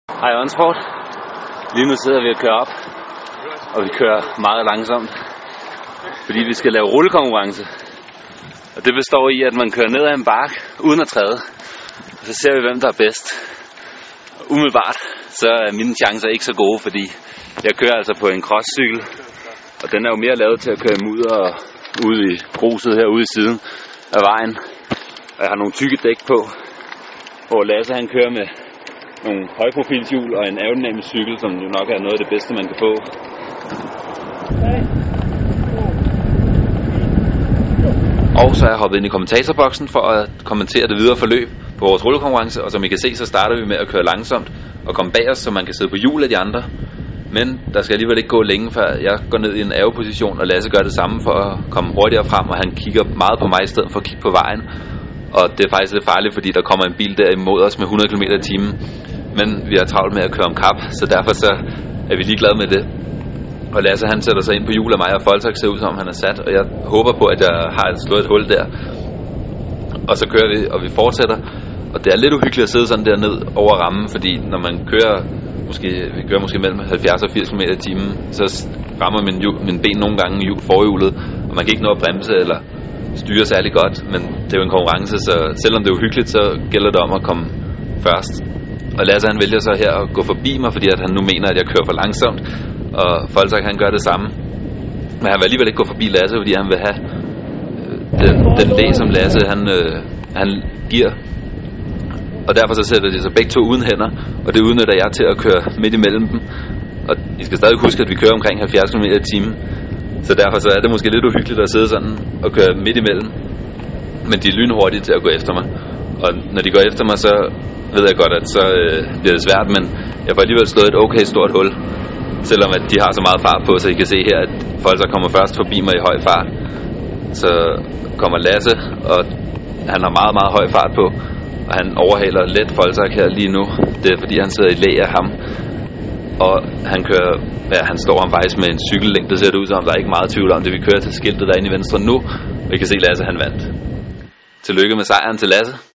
Hej OnSport. Lige nu sidder vi og kører op, og vi kører meget langsomt, fordi vi skal lave rullekonkurrence. Og det består i, at man kører ned ad en bakke uden at træde, og så ser vi, hvem der er bedst. Og umiddelbart så er mine chancer ikke så gode, fordi jeg kører altså på en crosscykel, og den er jo mere lavet til at køre mudder og ude i gruset herude i siden af vejen. Og jeg har nogle tykke dæk på, hvor Lasse han kører med nogle højprofilshjul og en aerodynamisk cykel, som jo nok er noget af det bedste, man kan få. Og så er jeg hoppet ind i kommentatorboksen for at kommentere det videre forløb på vores rullekonkurrence, og som I kan se, så starter vi med at køre langsomt og komme bag os, så man kan sidde på hjul af de andre. Men der skal alligevel ikke gå længe, før jeg går ned i en aeroposition, og Lasse gør det samme for at komme hurtigere frem, og han kigger meget på mig i stedet for at kigge på vejen. Og det er faktisk lidt farligt, fordi der kommer en bil der imod os med 100 km/t. Men vi har travlt med at køre om kap, så derfor så er vi ligeglade med det. Og Lasse han sætter sig ind på hjul af mig, og Foltak ser ud som han er sat, og jeg håber på, at jeg har slået et hul der. Og så kører vi, og vi fortsætter. Og det er lidt uhyggeligt at sidde sådan der ned over rammen, fordi når man kører, vi kører måske mellem 70 og 80 km/t, så rammer min ben nogle gange forhjulet, og man kan ikke nå at bremse eller styre særlig godt. Men det er jo en konkurrence, så selvom det er uhyggeligt, så gælder det om at komme først. Og Lasse han vælger så her at gå forbi mig, fordi at han nu mener, at jeg kører for langsomt. Og Foltak han gør det samme. Men han vil alligevel ikke gå forbi Lasse, fordi han vil have den læg, som Lasse han giver. Og derfor så sætter de sig begge to uden hænder, og det udnytter jeg til at køre midt imellem dem. Og I skal stadig huske, at vi kører omkring 70 km/t. Så derfor så er det måske lidt uhyggeligt at sidde sådan og køre midt imellem. Men de er lynhurtige til at gå efter mig. Og når de går efter mig, så ved jeg godt, at så bliver det svært, men jeg får alligevel slået et okay stort hul. Selvom at de har så meget fart på, så I kan se her, at folk så kommer først forbi mig i høj fart. Så kommer Lasse, og han har meget, meget høj fart på. Og han overhaler let Foltak her lige nu. Det er fordi, han sidder i læ af ham. Og han kører, han står ham faktisk med en cykellængde, ser det ud som. Der er ikke meget tvivl om det. Vi kører til skiltet derinde i venstre nu, og I kan se Lasse, han vandt. Tillykke med sejren til Lasse.